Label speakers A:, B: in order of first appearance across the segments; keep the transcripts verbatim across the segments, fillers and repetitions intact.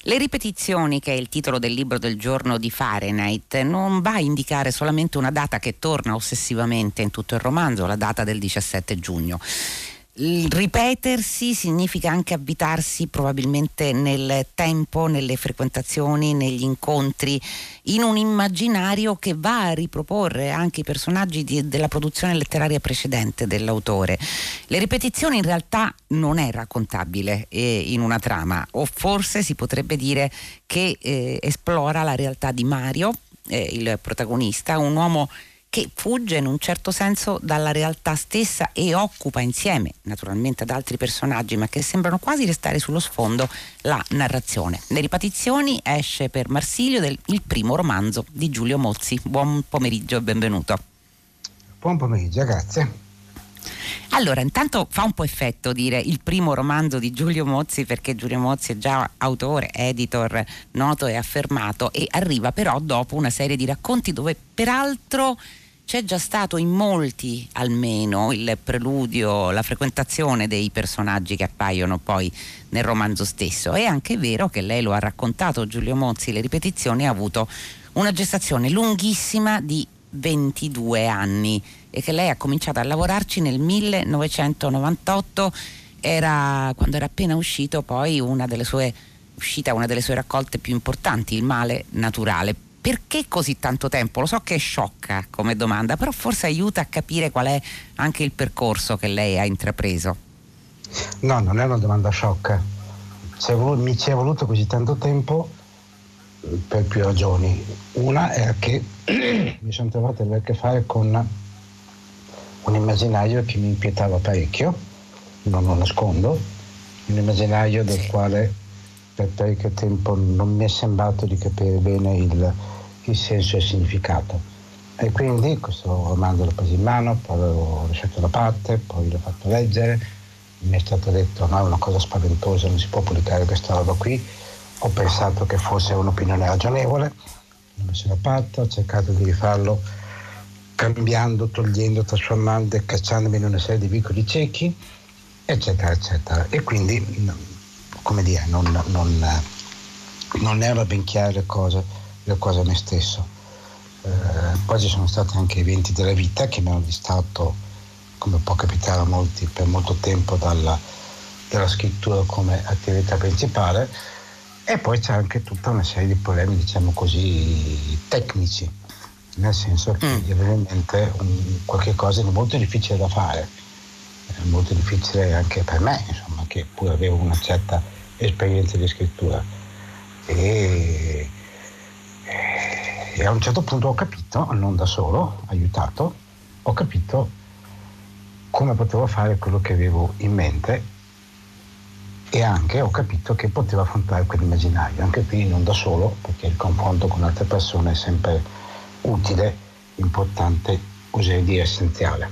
A: Le ripetizioni, che è il titolo del libro del giorno di Fahrenheit, non va a indicare solamente una data che torna ossessivamente in tutto il romanzo, la data del diciassette giugno. Il ripetersi significa anche avvitarsi probabilmente nel tempo, nelle frequentazioni, negli incontri, in un immaginario che va a riproporre anche i personaggi di, della produzione letteraria precedente dell'autore. Le ripetizioni in realtà non è raccontabile eh, in una trama, o forse si potrebbe dire che eh, esplora la realtà di Mario, eh, il protagonista, un uomo che fugge in un certo senso dalla realtà stessa e occupa insieme, naturalmente ad altri personaggi, ma che sembrano quasi restare sullo sfondo, la narrazione. Le ripetizioni esce per Marsilio del, il primo romanzo di Giulio Mozzi. Buon pomeriggio e benvenuto.
B: Buon pomeriggio, grazie.
A: Allora, intanto fa un po' effetto dire il primo romanzo di Giulio Mozzi, perché Giulio Mozzi è già autore, editor noto e affermato, e arriva però dopo una serie di racconti dove peraltro c'è già stato in molti almeno il preludio, la frequentazione dei personaggi che appaiono poi nel romanzo stesso. È anche vero che lei lo ha raccontato, Giulio Mozzi, le ripetizioni ha avuto una gestazione lunghissima di ventidue anni e che lei ha cominciato a lavorarci nel millenovecentonovantotto, era quando era appena uscito poi una delle sue uscita una delle sue raccolte più importanti, Il male naturale. Perché così tanto tempo? Lo so che è sciocca come domanda, però forse aiuta a capire qual è anche il percorso che lei ha intrapreso.
B: No, non è una domanda sciocca. C'è voluto, mi ci è voluto così tanto tempo per più ragioni. Una è che mi sono trovato ad avere a che fare con un immaginario che mi inquietava parecchio, non lo nascondo, un immaginario del sì. quale per parecchio tempo non mi è sembrato di capire bene il il senso e il significato, e quindi questo romanzo l'ho preso in mano, poi l'ho lasciato da parte, poi l'ho fatto leggere, mi è stato detto no, è una cosa spaventosa, non si può pubblicare questa roba qui. Ho pensato che fosse un'opinione ragionevole, l'ho messo da parte, ho cercato di rifarlo cambiando, togliendo, trasformando e cacciandomi in una serie di vicoli ciechi, eccetera eccetera, e quindi come dire non, non, non erano ben chiare le cose le cose a me stesso. Eh, poi ci sono stati anche eventi della vita che mi hanno distratto, come può capitare a molti, per molto tempo dalla, dalla scrittura come attività principale, e poi c'è anche tutta una serie di problemi, diciamo così, tecnici, nel senso che mm. avevo in mente un, qualche cosa di molto difficile da fare, eh, molto difficile anche per me, insomma, che pure avevo una certa esperienza di scrittura. E E a un certo punto ho capito, non da solo, aiutato, ho capito come potevo fare quello che avevo in mente, e anche ho capito che potevo affrontare quell'immaginario, anche qui non da solo, perché il confronto con altre persone è sempre utile, importante, oserei dire essenziale.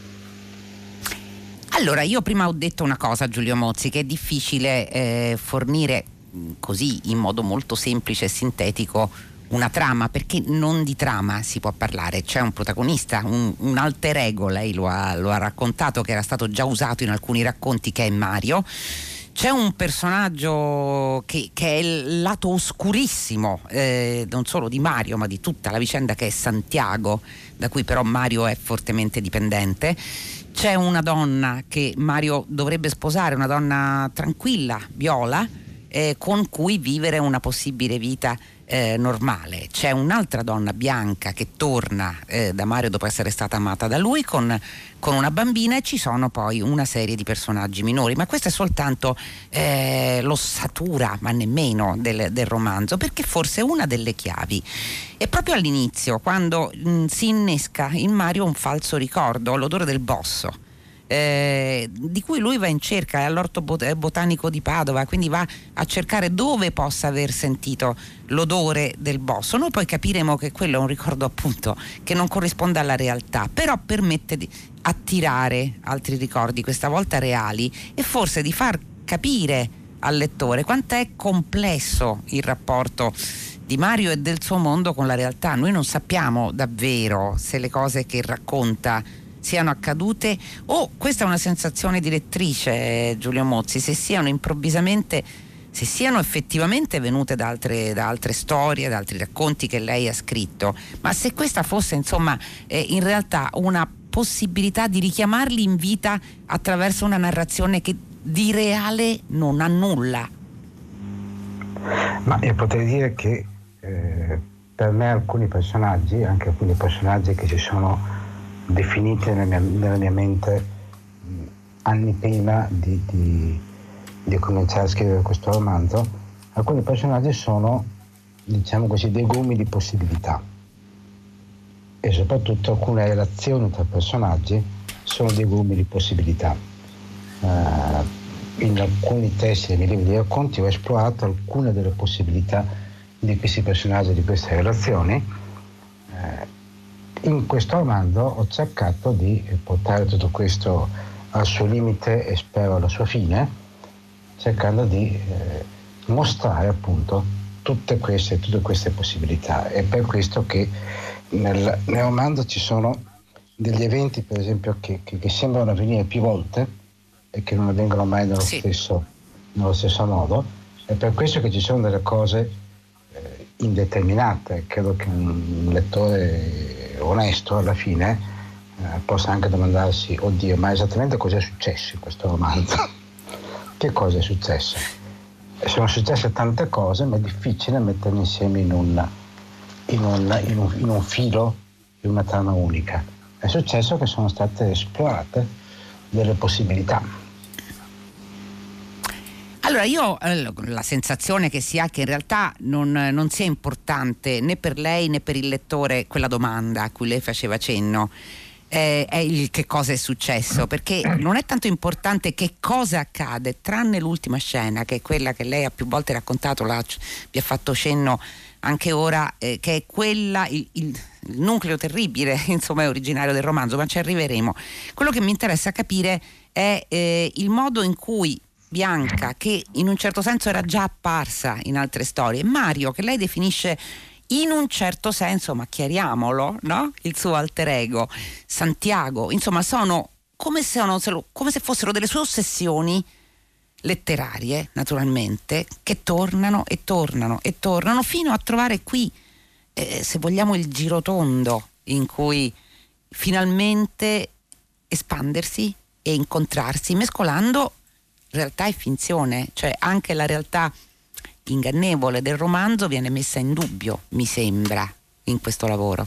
A: Allora, io prima ho detto una cosa, Giulio Mozzi, che è difficile eh, fornire così in modo molto semplice e sintetico una trama, perché non di trama si può parlare. C'è un protagonista, un, un alter ego, lei lo ha, lo ha raccontato, che era stato già usato in alcuni racconti, che è Mario. C'è un personaggio che, che è il lato oscurissimo eh, non solo di Mario ma di tutta la vicenda, che è Santiago, da cui però Mario è fortemente dipendente. C'è una donna che Mario dovrebbe sposare, una donna tranquilla, Viola, eh, con cui vivere una possibile vita Eh, normale. C'è un'altra donna, Bianca, che torna eh, da Mario dopo essere stata amata da lui con, con una bambina, e ci sono poi una serie di personaggi minori, ma questa è soltanto eh, l'ossatura, ma nemmeno del, del romanzo, perché forse una delle chiavi è proprio all'inizio, quando mh, si innesca in Mario un falso ricordo, l'odore del bosso. Eh, di cui lui va in cerca, è all'orto bot- botanico di Padova, quindi va a cercare dove possa aver sentito l'odore del bosso. Noi poi capiremo che quello è un ricordo, appunto, che non corrisponde alla realtà, però permette di attirare altri ricordi, questa volta reali, e forse di far capire al lettore quanto è complesso il rapporto di Mario e del suo mondo con la realtà. Noi non sappiamo davvero se le cose che racconta siano accadute, o questa è una sensazione di lettrice, Giulio Mozzi, se siano improvvisamente se siano effettivamente venute da altre, da altre storie, da altri racconti che lei ha scritto, ma se questa fosse insomma eh, in realtà una possibilità di richiamarli in vita attraverso una narrazione che di reale non ha nulla.
B: Ma io potrei dire che eh, per me alcuni personaggi, anche alcuni personaggi che si sono definiti nella mia, nella mia mente mh, anni prima di, di, di cominciare a scrivere questo romanzo, alcuni personaggi sono, diciamo così, dei gumi di possibilità, e soprattutto alcune relazioni tra personaggi sono dei gumi di possibilità. Uh, in alcuni testi dei miei libri di racconti ho esplorato alcune delle possibilità di questi personaggi, di queste relazioni. Uh, in questo romanzo ho cercato di portare tutto questo al suo limite e spero alla sua fine, cercando di eh, mostrare appunto tutte queste, tutte queste possibilità. È per questo che nel, nel romanzo ci sono degli eventi, per esempio, che, che, che sembrano avvenire più volte e che non avvengono mai nello, sì. stesso, nello stesso modo. È per questo che ci sono delle cose eh, indeterminate. Credo che un lettore onesto alla fine eh, possa anche domandarsi: oddio, ma esattamente cosa è successo in questo romanzo? Che cosa è successo? Sono successe tante cose, ma è difficile metterle insieme in un, in un, in un, in un filo, in una trama unica. È successo che sono state esplorate delle possibilità.
A: Allora io ho eh, la sensazione che sia che in realtà non, non sia importante né per lei né per il lettore quella domanda a cui lei faceva cenno, eh, è il che cosa è successo, perché non è tanto importante che cosa accade, tranne l'ultima scena, che è quella che lei ha più volte raccontato, la, vi ha fatto cenno anche ora, eh, che è quella, il, il, il nucleo terribile, insomma è originario del romanzo, ma ci arriveremo. Quello che mi interessa capire è eh, il modo in cui Bianca, che in un certo senso era già apparsa in altre storie, Mario, che lei definisce in un certo senso, ma chiariamolo, no? Il suo alter ego, Santiago, insomma sono come se, come se fossero delle sue ossessioni letterarie, naturalmente, che tornano e tornano e tornano fino a trovare qui, eh, se vogliamo, il girotondo in cui finalmente espandersi e incontrarsi, mescolando realtà e finzione, cioè anche la realtà ingannevole del romanzo viene messa in dubbio, mi sembra, in questo lavoro.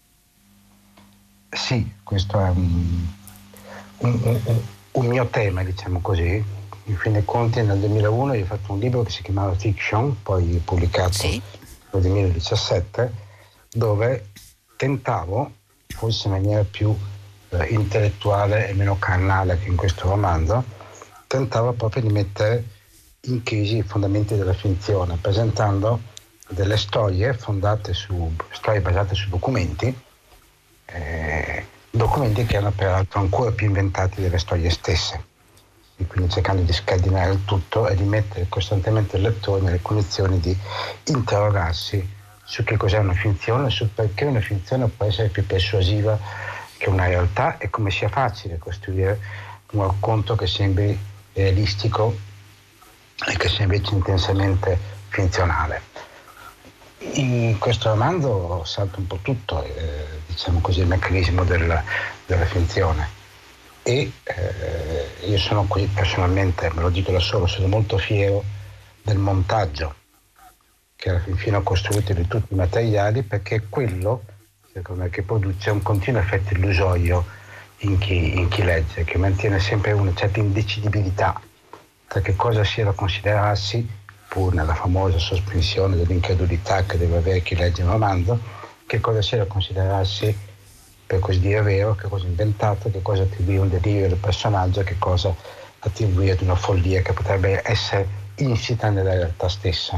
B: Sì, questo è un, un, un, un mio tema, diciamo così. In fin dei conti nel duemilauno io ho fatto un libro che si chiamava Fiction, poi pubblicato sì. nel duemiladiciassette, dove tentavo, forse in maniera più eh, intellettuale e meno carnale che in questo romanzo, tentava proprio di mettere in crisi i fondamenti della finzione, presentando delle storie fondate su storie basate su documenti, eh, documenti che erano peraltro ancora più inventati delle storie stesse, e quindi cercando di scardinare il tutto e di mettere costantemente il lettore nelle condizioni di interrogarsi su che cos'è una finzione, su perché una finzione può essere più persuasiva che una realtà e come sia facile costruire un racconto che sembri realistico e che sia invece intensamente finzionale. In questo romanzo salta un po' tutto, eh, diciamo così, il meccanismo del, della finzione e eh, io sono qui personalmente, me lo dico da solo, sono molto fiero del montaggio che alla fin fine ho costruito di tutti i materiali, perché è quello, secondo me, che produce un continuo effetto illusorio In chi, in chi legge, che mantiene sempre una certa indecidibilità tra che cosa sia da considerarsi, pur nella famosa sospensione dell'incredulità che deve avere chi legge un romanzo, che cosa sia da considerarsi per così dire vero, che cosa inventato, che cosa attribuire un delirio del personaggio, che cosa attribuire ad una follia che potrebbe essere insita nella realtà stessa.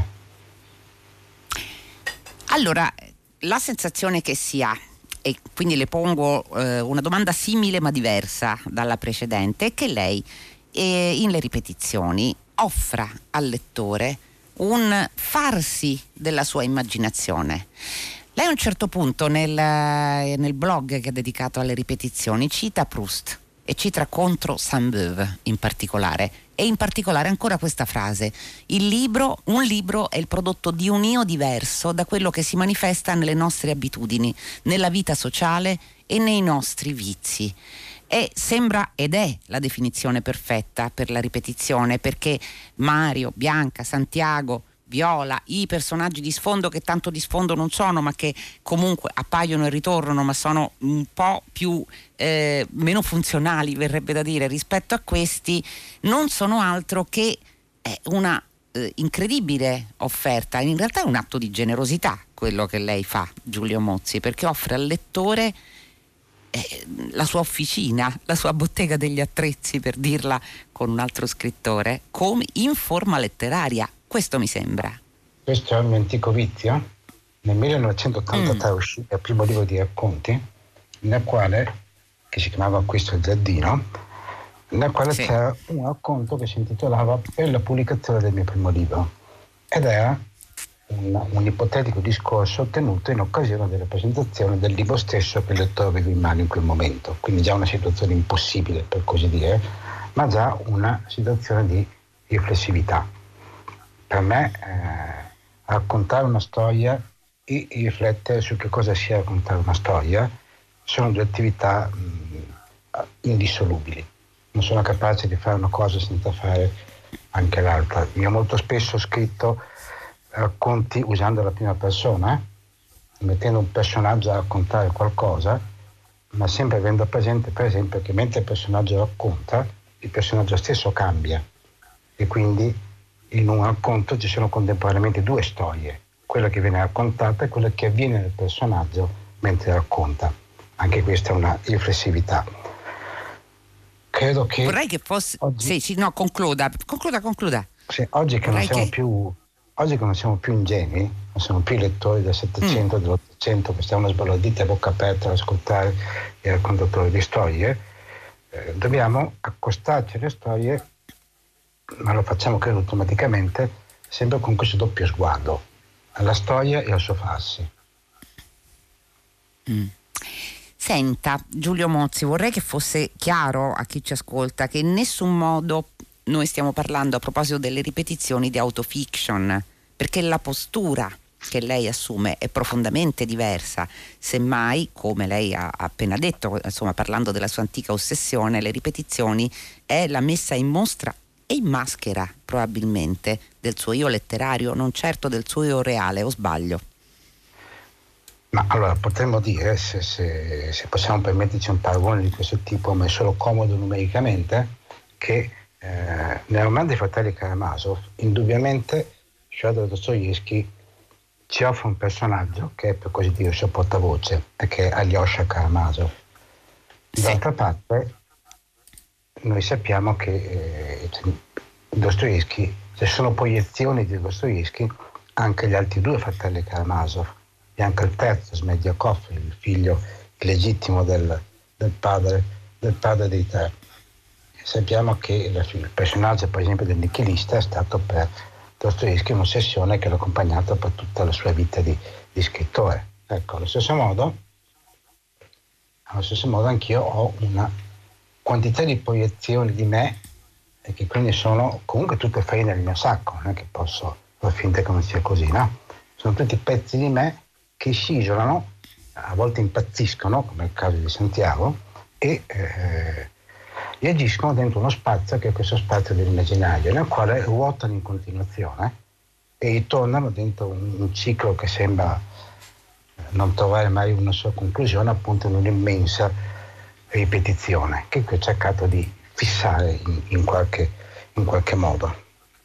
A: Allora, la sensazione che si ha, e quindi le pongo eh, una domanda simile ma diversa dalla precedente, è che lei eh, in Le ripetizioni offra al lettore un farsi della sua immaginazione. Lei a un certo punto nel, nel blog che ha dedicato alle ripetizioni cita Proust e cita contro Sainte-Beuve in particolare, e in particolare ancora questa frase: il libro, un libro è il prodotto di un io diverso da quello che si manifesta nelle nostre abitudini, nella vita sociale e nei nostri vizi. E sembra ed è la definizione perfetta per la ripetizione, perché Mario, Bianca, Santiago, Viola, i personaggi di sfondo, che tanto di sfondo non sono, ma che comunque appaiono e ritornano, ma sono un po' più eh, meno funzionali, verrebbe da dire, rispetto a questi, non sono altro che eh, una eh, incredibile offerta. In realtà è un atto di generosità quello che lei fa, Giulio Mozzi, perché offre al lettore eh, la sua officina, la sua bottega degli attrezzi, per dirla con un altro scrittore, come in forma letteraria. Questo mi sembra.
B: Questo è un mio antico vizio. Nel millenovecentottantatre mm. uscì il primo libro di racconti, nel quale, che si chiamava Questo il giardino, nel quale sì. c'era un racconto che si intitolava Per la pubblicazione del mio primo libro, ed era un, un ipotetico discorso tenuto in occasione della presentazione del libro stesso che il lettore aveva in mano in quel momento. Quindi già una situazione impossibile, per così dire, ma già una situazione di riflessività. Per me eh, raccontare una storia e riflettere su che cosa sia raccontare una storia sono due attività mh, indissolubili. Non sono capace di fare una cosa senza fare anche l'altra. Io molto spesso ho scritto racconti usando la prima persona, mettendo un personaggio a raccontare qualcosa, ma sempre avendo presente, per esempio, che mentre il personaggio racconta, il personaggio stesso cambia, e quindi in un racconto ci sono contemporaneamente due storie, quella che viene raccontata e quella che avviene nel personaggio mentre racconta. Anche questa è una riflessività. Credo che
A: vorrei che fosse oggi, sì, sì, no, concluda, concluda, concluda.
B: Sì, oggi che non siamo che... più oggi che non siamo più ingenui, non siamo più lettori del Settecento, mm. dell'Ottocento, che stiamo sbalorditi a bocca aperta ad ascoltare i raccontatori di storie, eh, dobbiamo accostarci alle storie, ma lo facciamo credo automaticamente, sempre con questo doppio sguardo alla storia e al suo farsi.
A: Mm. Senta, Giulio Mozzi, vorrei che fosse chiaro a chi ci ascolta che in nessun modo noi stiamo parlando, a proposito delle ripetizioni, di autofiction, perché la postura che lei assume è profondamente diversa. Semmai, come lei ha appena detto, insomma, parlando della sua antica ossessione, le ripetizioni è la messa in mostra e in maschera, probabilmente, del suo io letterario, non certo del suo io reale, o sbaglio?
B: Ma allora potremmo dire, se, se, se possiamo permetterci un paragone di questo tipo, ma è solo comodo numericamente, che eh, nel romanzo dei fratelli Karamazov indubbiamente Fyodor Dostoevskij ci offre un personaggio che è, per così dire, il suo portavoce, e che è Alyosha Karamazov. D'altra sì. parte noi sappiamo che eh, Dostoevskij, se sono proiezioni di Dostoevskij, anche gli altri due fratelli Karamazov, e anche il terzo, Smedjakov, il figlio legittimo del, del, padre, del padre dei tre. Sappiamo che il personaggio, per esempio, del nichilista è stato per Dostoevskij un'ossessione che l'ha accompagnato per tutta la sua vita di, di scrittore. Ecco, allo stesso modo, allo stesso modo anch'io ho una quantità di proiezioni di me, e che quindi sono comunque tutte farine nel mio sacco, non è che posso far finta che non sia così, no? Sono tutti pezzi di me che scisolano, a volte impazziscono, come è il caso di Santiago, e, eh, e agiscono dentro uno spazio che è questo spazio dell'immaginario, nel quale ruotano in continuazione e ritornano dentro un, un ciclo che sembra non trovare mai una sua conclusione, appunto in un'immensa ripetizione che qui ho cercato di fissare in, in, qualche, in qualche modo.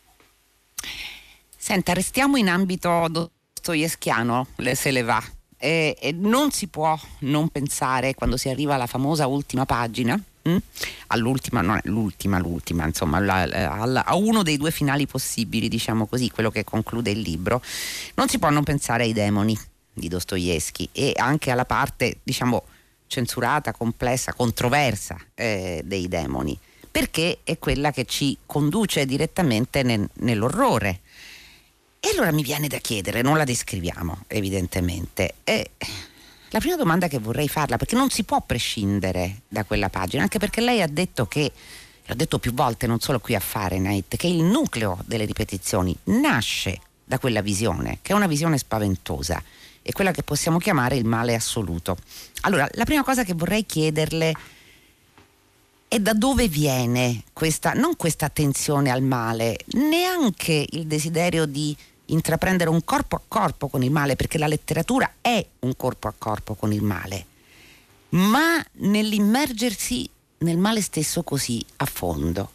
A: Senta, restiamo in ambito dostoevskiano, se le va. E, e non si può non pensare, quando si arriva alla famosa ultima pagina, mh? all'ultima, non è l'ultima, l'ultima, insomma, la, la, a uno dei due finali possibili, diciamo così, quello che conclude il libro, non si può non pensare ai demoni di Dostoevskij e anche alla parte, diciamo, censurata, complessa, controversa eh, dei demoni, perché è quella che ci conduce direttamente nel, nell'orrore. E allora mi viene da chiedere, non la descriviamo evidentemente, e La prima domanda che vorrei farla, perché non si può prescindere da quella pagina, anche perché lei ha detto che, l'ho detto più volte, non solo qui a Fahrenheit, che il nucleo delle ripetizioni nasce da quella visione, che è una visione spaventosa, è quella che possiamo chiamare il male assoluto. Allora, la prima cosa che vorrei chiederle è da dove viene questa, non questa attenzione al male, neanche il desiderio di intraprendere un corpo a corpo con il male, perché la letteratura è un corpo a corpo con il male, ma nell'immergersi nel male stesso così a fondo.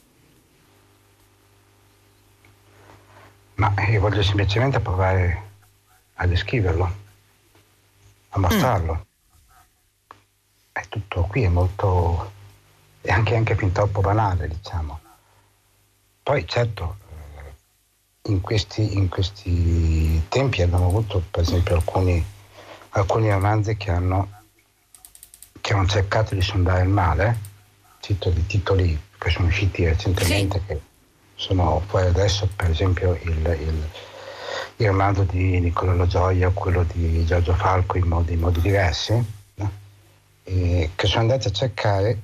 B: Ma io voglio semplicemente provare a descriverlo, a mostrarlo. Mm. È tutto qui, è molto, è anche, anche fin troppo banale, diciamo. Poi certo, in questi, in questi tempi abbiamo avuto per esempio alcuni, alcuni romanzi che hanno, che hanno cercato di sondare il male, cito di titoli che sono usciti recentemente, sì, che sono fuori adesso, per esempio il, il, il romanzo di Nicola La Gioia, quello di Giorgio Falco, in modi, in modi diversi, no? E che sono andati a cercare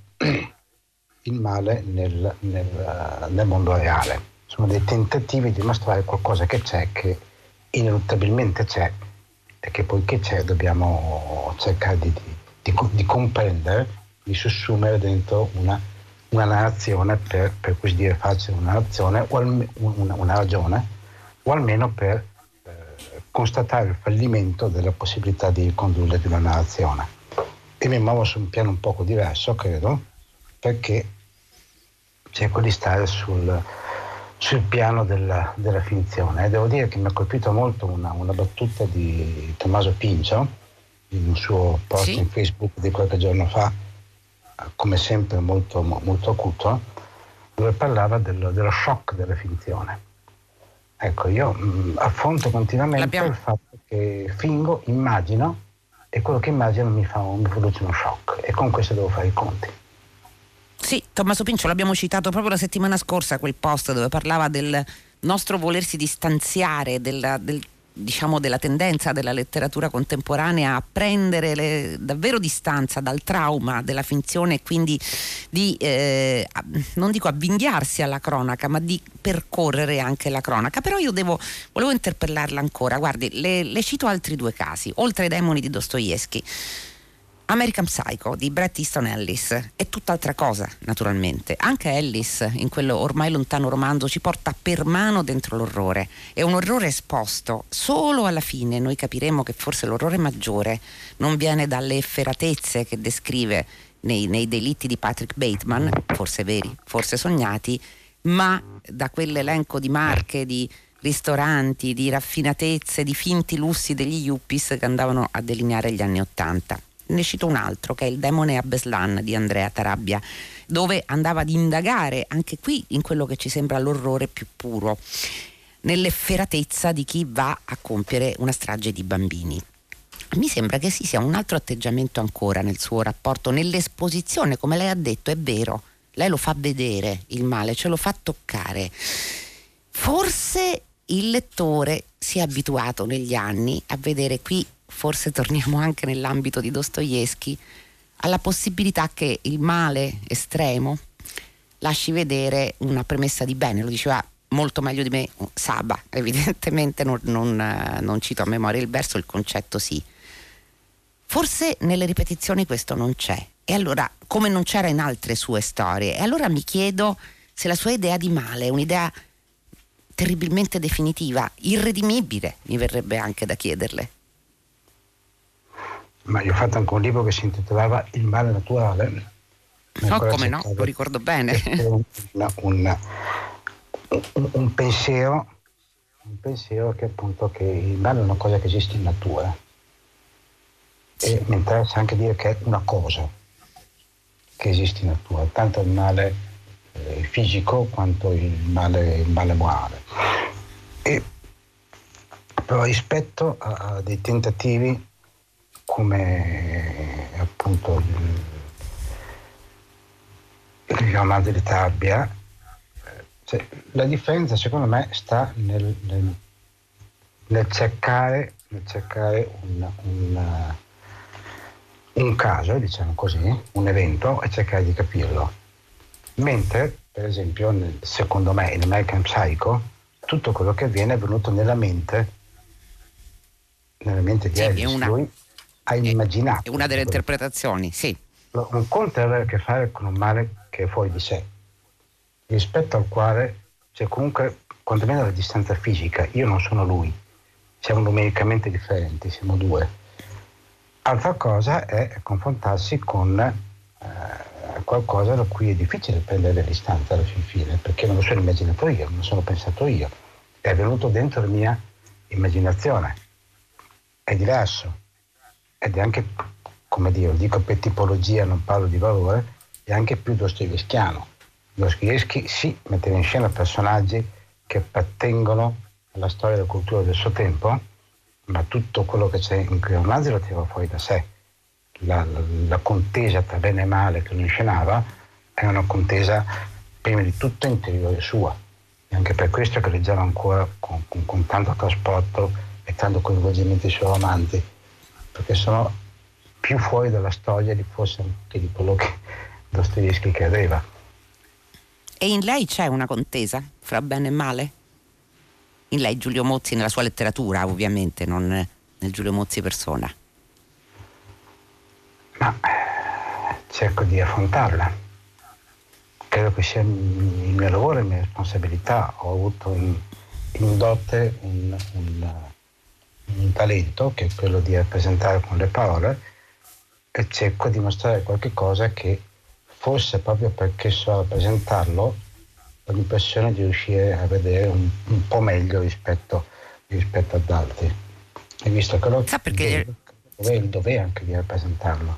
B: il male nel, nel, nel mondo reale. Sono dei tentativi di mostrare qualcosa che c'è, che ineluttabilmente c'è, e che poiché c'è dobbiamo cercare di, di, di comprendere, di sussumere dentro una, una narrazione, per, per così dire, farci una narrazione o alme, una, una ragione, o almeno per eh, constatare il fallimento della possibilità di ricondurre di una narrazione. E mi muovo su un piano un poco diverso, credo, perché cerco di stare sul, sul piano della, della finzione. E devo dire che mi ha colpito molto una, una battuta di Tommaso Pincio in un suo post, sì, in Facebook di qualche giorno fa, come sempre molto, molto acuto, dove parlava dello, dello shock della finzione. Ecco, io mh, affronto continuamente L'abbiamo... il fatto che fingo, immagino, e quello che immagino mi, fa, mi produce uno shock, e con questo devo fare i conti.
A: Sì, Tommaso Pincio l'abbiamo citato proprio la settimana scorsa, quel post dove parlava del nostro volersi distanziare della, del, diciamo, della tendenza della letteratura contemporanea a prendere le, davvero distanza dal trauma della finzione, e quindi di eh, non dico avvinghiarsi alla cronaca, ma di percorrere anche la cronaca. Però io devo volevo interpellarla ancora. Guardi, le, le cito altri due casi, oltre ai demoni di Dostoevskij. American Psycho di Bret Easton Ellis è tutt'altra cosa, naturalmente. Anche Ellis, in quello ormai lontano romanzo, ci porta per mano dentro l'orrore. È un orrore esposto. Solo alla fine noi capiremo che forse l'orrore maggiore non viene dalle efferatezze che descrive nei, nei delitti di Patrick Bateman, forse veri, forse sognati, ma da quell'elenco di marche, di ristoranti, di raffinatezze, di finti lussi degli yuppies che andavano a delineare gli anni Ottanta. Ne cito un altro, che è Il demone a Beslan di Andrea Tarabia, dove andava ad indagare anche qui in quello che ci sembra l'orrore più puro, nell'efferatezza di chi va a compiere una strage di bambini. Mi sembra che sì sia un altro atteggiamento ancora nel suo rapporto, nell'esposizione, come lei ha detto, è vero, lei lo fa vedere il male, ce lo fa toccare. Forse il lettore si è abituato negli anni a vedere qui, forse torniamo anche nell'ambito di Dostoevskij, alla possibilità che il male estremo lasci vedere una premessa di bene. Lo diceva molto meglio di me Saba, evidentemente non, non, non cito a memoria il verso, il concetto sì. Forse nelle ripetizioni questo non c'è, e allora, come non c'era in altre sue storie, e allora mi chiedo se la sua idea di male è un'idea terribilmente definitiva, irredimibile, mi verrebbe anche da chiederle.
B: Ma io ho fatto anche un libro che si intitolava Il male naturale.
A: No, come no, lo ricordo bene.
B: Una, una, un, un pensiero, un pensiero che appunto che il male è una cosa che esiste in natura. Sì. E mi interessa anche dire che è una cosa che esiste in natura, tanto il male eh, fisico quanto il male, il male morale. E però rispetto a, a dei tentativi come appunto il, il romanzo di Tarabia, cioè, la differenza secondo me sta nel, nel, nel cercare, nel cercare una, una, un caso, diciamo così, un evento e cercare di capirlo. Mentre, per esempio, nel, secondo me, in American Psycho, tutto quello che avviene è venuto nella mente, nella mente di
A: Sì, è
B: Ellis.
A: una,
B: Lui ha
A: è,
B: immaginato.
A: è una delle interpretazioni, sì.
B: Un conto è avere a che fare con un male che è fuori di sé, rispetto al quale c'è comunque, quantomeno la distanza fisica. Io non sono lui, siamo numericamente differenti, siamo due. Altra cosa è confrontarsi con eh, qualcosa da cui è difficile prendere le distanze alla fin fine, perché non lo sono immaginato io, non sono pensato io, è venuto dentro la mia immaginazione, è diverso ed è anche, come dire, dico per tipologia, non parlo di valore, è anche più dostoevskiano. Dostoevsky sì, metteva in scena personaggi che appartengono alla storia e alla cultura del suo tempo, ma tutto quello che c'è in quei romanzi lo tirava fuori da sé. La, la, la contesa tra bene e male che lui scenava è una contesa prima di tutto interiore sua, e anche per questo che leggeva ancora con, con, con tanto trasporto e tanto coinvolgimento i suoi romanzi, perché sono più fuori dalla storia di forse anche di quello che Dostoevsky credeva.
A: E in lei c'è una contesa fra bene e male? In lei Giulio Mozzi, nella sua letteratura ovviamente, non nel Giulio Mozzi persona.
B: Ma cerco di affrontarla. Credo che sia il mio lavoro e la mia responsabilità. Ho avuto in, in dote un, un, un talento che è quello di rappresentare con le parole, e cerco di mostrare qualche cosa che forse proprio perché so rappresentarlo ho l'impressione di riuscire a vedere un, un po' meglio rispetto, rispetto ad altri. E visto che lo
A: Sa perché
B: vedo, il dovere anche di rappresentarlo.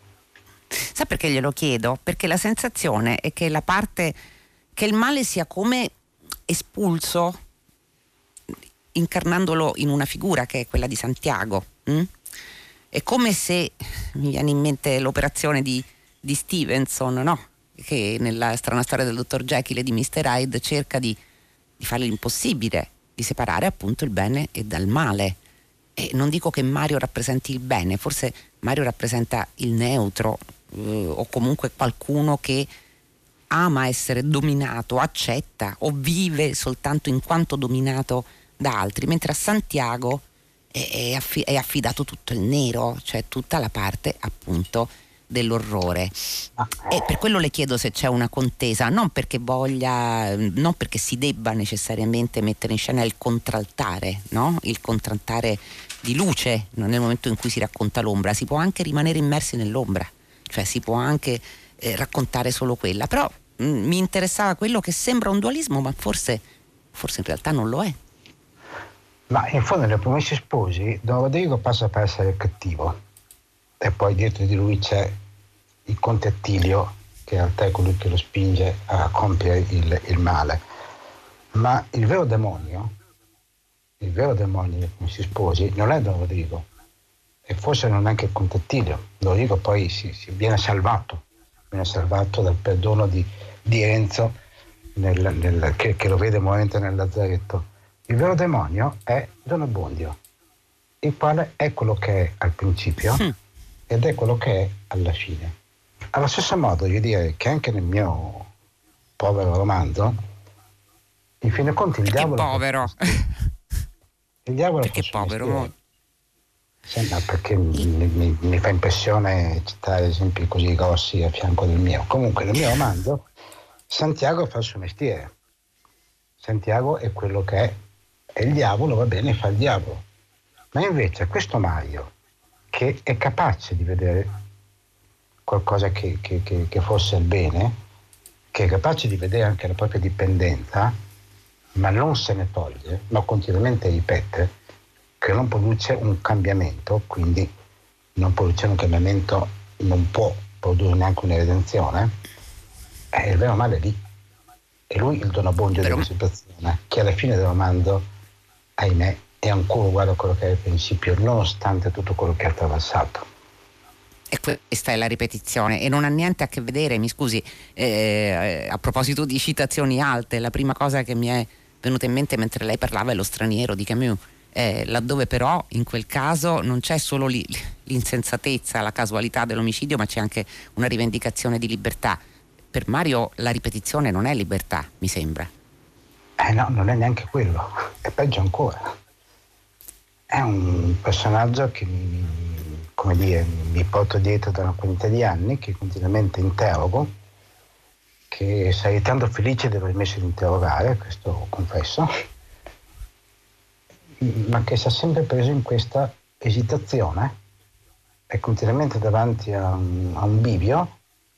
A: Sa perché glielo chiedo? Perché la sensazione è che la parte, che il male sia come espulso incarnandolo in una figura che è quella di Santiago. Hm? È come se, mi viene in mente l'operazione di, di Stevenson, no? Che nella strana storia del dottor Jekyll e di mister Hyde cerca di, di fare l'impossibile, di separare appunto il bene e dal male. E non dico che Mario rappresenti il bene, forse Mario rappresenta il neutro, eh, o comunque qualcuno che ama essere dominato, accetta o vive soltanto in quanto dominato da altri, mentre a Santiago è, è, affi- è affidato tutto il nero, cioè tutta la parte appunto dell'orrore. E per quello le chiedo se c'è una contesa, non perché voglia, non perché si debba necessariamente mettere in scena il contraltare, no? Il contraltare di luce nel momento in cui si racconta l'ombra, si può anche rimanere immersi nell'ombra, cioè si può anche eh, raccontare solo quella, però mh, mi interessava quello che sembra un dualismo, ma forse, forse in realtà non lo è.
B: Ma in fondo nei Promessi Sposi Don Rodrigo passa per essere il cattivo e poi dietro di lui c'è il conte Attilio, che in realtà è colui che lo spinge a compiere il, il male. Ma il vero demonio, il vero demonio dei Promessi Sposi non è Don Rodrigo, e forse non è anche il conte Attilio. Don Rodrigo poi si, si viene salvato, viene salvato dal perdono di, di Enzo nel, nel, che, che lo vede morente nel lazzaretto. Il vero demonio è Don Abbondio, il quale è quello che è al principio mm. ed è quello che è alla fine. Allo stesso modo io direi che anche nel mio povero romanzo, in fin dei conti il
A: perché
B: diavolo...
A: povero?
B: Il diavolo
A: perché povero?
B: Sembra perché mi, mi, mi fa impressione citare esempi così grossi a fianco del mio. Comunque nel mio romanzo Santiago fa il suo mestiere. Santiago è quello che è, e il diavolo va bene, fa il diavolo. Ma invece questo Mario, che è capace di vedere qualcosa che, che, che, che fosse il bene, che è capace di vedere anche la propria dipendenza, ma non se ne toglie, ma continuamente ripete, che non produce un cambiamento, quindi non produce un cambiamento, non può produrre neanche una redenzione, è il vero male lì. E lui il Don Abbondio Però... della situazione, che alla fine del romanzo, ahimè, è ancora uguale a quello che era al principio, nonostante tutto quello che ha attraversato.
A: E questa è la ripetizione, e non ha niente a che vedere, mi scusi, eh, a proposito di citazioni alte, la prima cosa che mi è venuta in mente mentre lei parlava è Lo straniero di Camus, eh, laddove però in quel caso non c'è solo l'insensatezza, la casualità dell'omicidio, ma c'è anche una rivendicazione di libertà. Per Mario la ripetizione non è libertà, mi sembra.
B: Eh no, non è neanche quello, è peggio ancora. È un personaggio che mi, come dire, mi porto dietro da una quantità di anni, che continuamente interrogo, che sarei tanto felice di aver messo ad interrogare, questo confesso, ma che si è sempre preso in questa esitazione, è continuamente davanti a un, a un bivio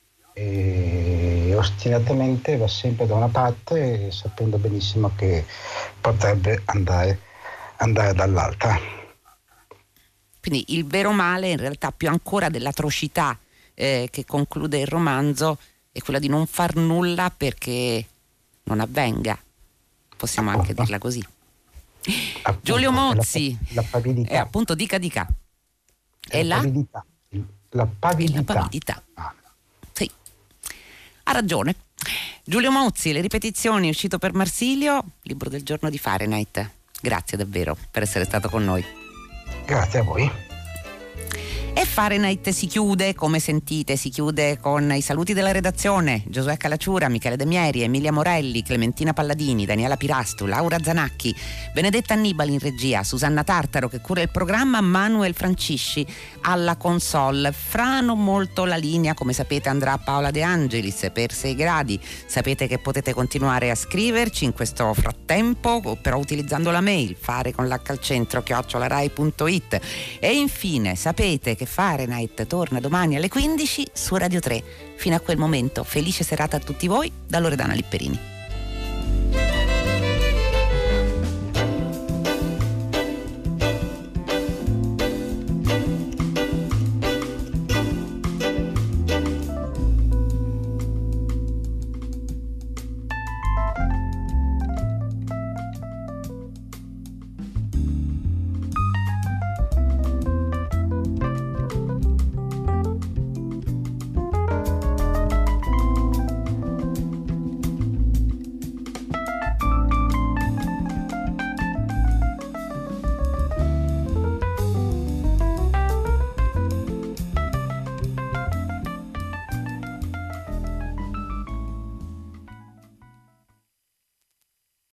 B: e ostinatamente va sempre da una parte, sapendo benissimo che potrebbe andare, andare dall'altra.
A: Quindi il vero male, in realtà, più ancora dell'atrocità eh, che conclude il romanzo, è quella di non far nulla perché non avvenga. Possiamo
B: Appunto.
A: anche dirla così.
B: Appunto,
A: Giulio Mozzi,
B: la, la pavidità.
A: Eh, appunto, dica dica.
B: È la, la pavidità. La pavidità.
A: È la pavidità. Sì, ha ragione. Giulio Mozzi, Le ripetizioni, uscito per Marsilio, libro del giorno di Fahrenheit. Grazie davvero per essere stato con noi.
B: Grazie a voi.
A: E Fahrenheit si chiude, come sentite, si chiude con i saluti della redazione: Giosuè Calacciura, Michele Demieri, Emilia Morelli, Clementina Palladini, Daniela Pirastu, Laura Zanacchi, Benedetta Annibali in regia, Susanna Tartaro che cura il programma, Manuel Francisci alla console. Fra non molto la linea, come sapete, andrà a Paola De Angelis per sei gradi. Sapete che potete continuare a scriverci in questo frattempo, però utilizzando la mail fare con l'H al centro chiocciola rai punto it. E infine sapete che Fahrenheit torna domani alle quindici su Radio tre. Fino a quel momento, felice serata a tutti voi da Loredana Lipperini.